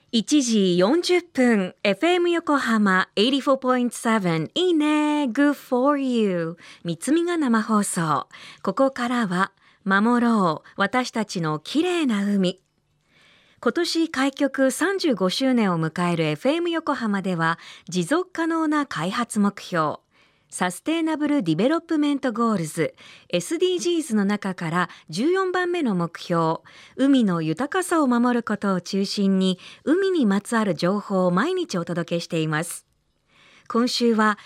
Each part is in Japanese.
1時40分 FM 横浜 84.7 いいね Good for you 三つみが生放送。ここからは守ろう私たちの綺麗な海。今年開局35周年を迎える FM 横浜では持続可能な開発目標サステイナブルディベロップメントゴールズ SDGs の中から14番目の目標、海の豊かさを守ることを中心に海にまつわる情報を毎日お届けしています。今週は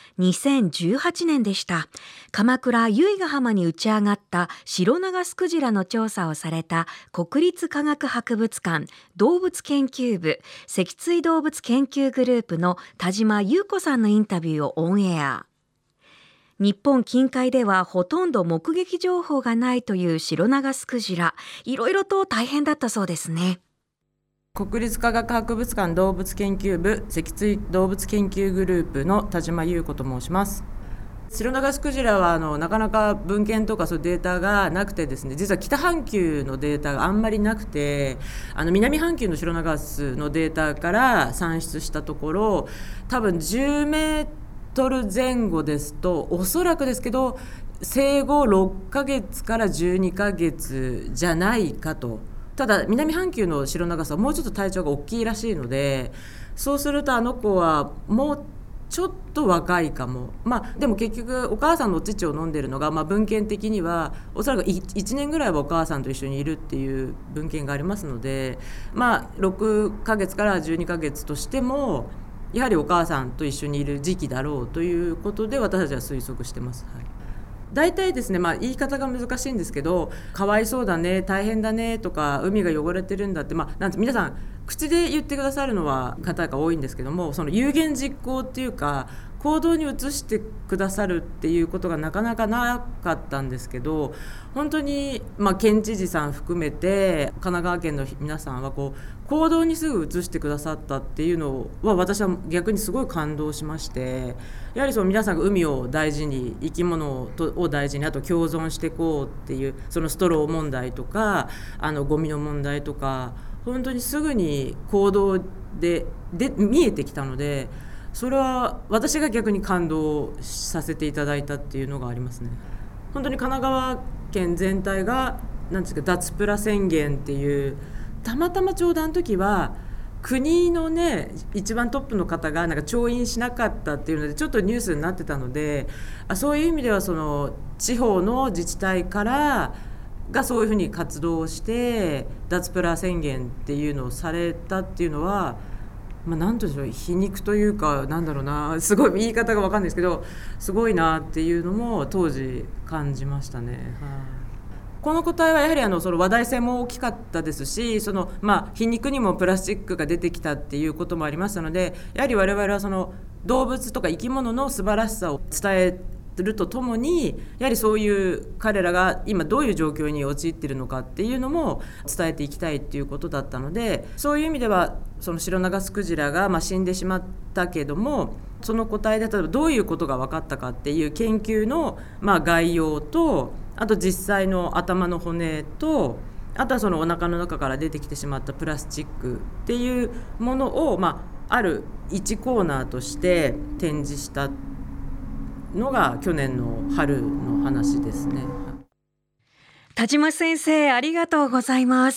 2018年でした。鎌倉由比ヶ浜に打ち上がったシロナガスクジラの調査をされた国立科学博物館動物研究部脊椎動物研究グループの田島優子さんのインタビューをオンエア。日本近海ではほとんど目撃情報がないというシロナガスクジラ、いろいろと大変だったそうですね。 国立科学博物館動物研究部脊椎動物研究グループの田島優子と申します。シロナガスクジラはなかなか文献とかそういうデータがなくてですね、実は北半球のデータがあんまりなくて、南半球のシロナガスのデータから算出したところ、多分10メートル前後ですとおそらくですけど生後6ヶ月から12ヶ月じゃないかと。ただ南半球のシロナガスはもうちょっと体長が大きいらしいので、そうするとあの子はもうちょっと若いかも。でも結局お母さんのお乳を飲んでるのが、文献的にはおそらく1年ぐらいはお母さんと一緒にいるっていう文献がありますので、6ヶ月から12ヶ月としてもやはりお母さんと一緒にいる時期だろうということで私たちは推測してます。大体ですね、言い方が難しいんですけど、かわいそうだね、大変だねとか、海が汚れてるんだって、なんて皆さん口で言ってくださるのは方が多いんですけども、その有言実行っていうか行動に移してくださるっていうことがなかなかなかったんですけど、本当に、県知事さん含めて神奈川県の皆さんは行動にすぐ移してくださったっていうのは私は逆にすごい感動しまして、やはりその皆さんが海を大事に生き物を大事にあと共存していこうっていうそのストロー問題とかゴミの問題とか本当にすぐに行動で見えてきたので、それは私が逆に感動させていただいたっていうのがありますね。本当に神奈川県全体がなんですか脱プラ宣言っていうたまたまちょうどあの時は国のね一番トップの方が調印しなかったっていうのでちょっとニュースになってたので、そういう意味ではその地方の自治体からがそういうふうに活動して脱プラ宣言っていうのをされたっていうのは、なんとでしょう、皮肉というかなんだろうな、すごい言い方が分かんないですけどすごいなっていうのも当時感じましたね。この答えはやはりその話題性も大きかったですし、その皮肉にもプラスチックが出てきたっていうこともありましたので、やはり我々はその動物とか生き物の素晴らしさを伝えるとともに、やはりそういう彼らが今どういう状況に陥っているのかっていうのも伝えていきたいっていうことだったので、そういう意味ではそのシロナガスクジラが死んでしまったけども、その個体で例えばどういうことが分かったかっていう研究の概要と、あと実際の頭の骨と、あとはそのお腹の中から出てきてしまったプラスチックっていうものを、ある1コーナーとして展示したのが去年の春の話ですね。 田島先生ありがとうございます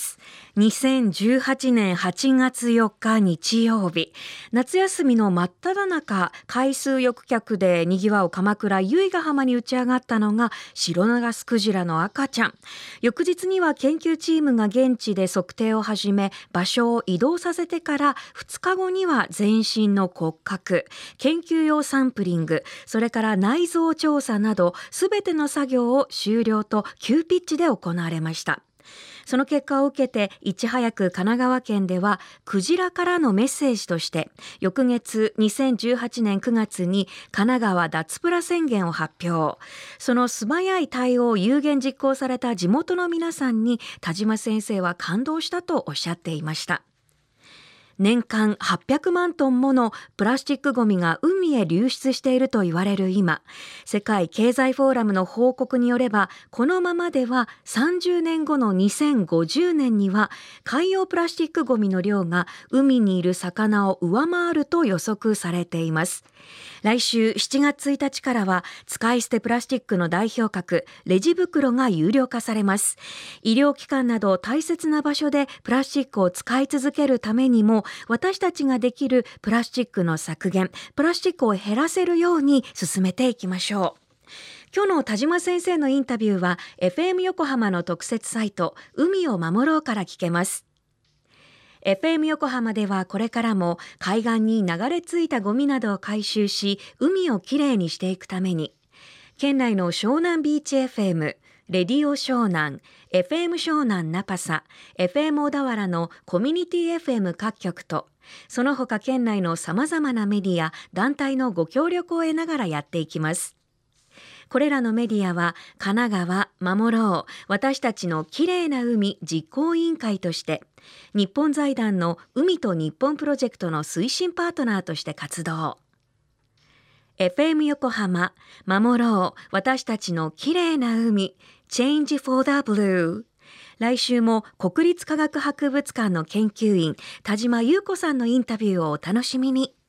。2018年8月4日日曜日、夏休みの真っ只中、海水浴客で賑わう鎌倉由比ヶ浜に打ち上がったのがシロナガスクジラの赤ちゃん。翌日には研究チームが現地で測定を始め、場所を移動させてから2日後には全身の骨格、研究用サンプリング、それから内臓調査などすべての作業を終了と急ピッチで行われました。その結果を受けていち早く神奈川県ではクジラからのメッセージとして翌月2018年9月に神奈川脱プラ宣言を発表。その素早い対応を有言実行された地元の皆さんに田島先生は感動したとおっしゃっていました。 年間800万トンものプラスチックごみが海へ流出していると言われる今、世界経済フォーラムの報告によれば、このままでは30年後の2050年には海洋プラスチックごみの量が海にいる魚を上回ると予測されています。来週7月1日からは使い捨てプラスチックの代表格レジ袋が有料化されます。医療機関など大切な場所でプラスチックを使い続けるためにも、私たちができるプラスチックの削減、プラスチックを減らせるように進めていきましょう。今日の田島先生のインタビューは FM 横浜の特設サイト海を守ろうから聞けます。FM 横浜ではこれからも海岸に流れ着いたゴミなどを回収し、海をきれいにしていくために、県内の湘南ビーチ FM、レディオ湘南、FM 湘南ナパサ、FM 小田原のコミュニティ FM 各局と、その他県内のさまざまなメディア、団体のご協力を得ながらやっていきます。これらのメディアは神奈川守ろう私たちのきれいな海実行委員会として、日本財団の海と日本プロジェクトの推進パートナーとして活動。FM 横浜守ろう私たちのきれいな海 Change for the Blue。 来週も国立科学博物館の研究員田島優子さんのインタビューをお楽しみに。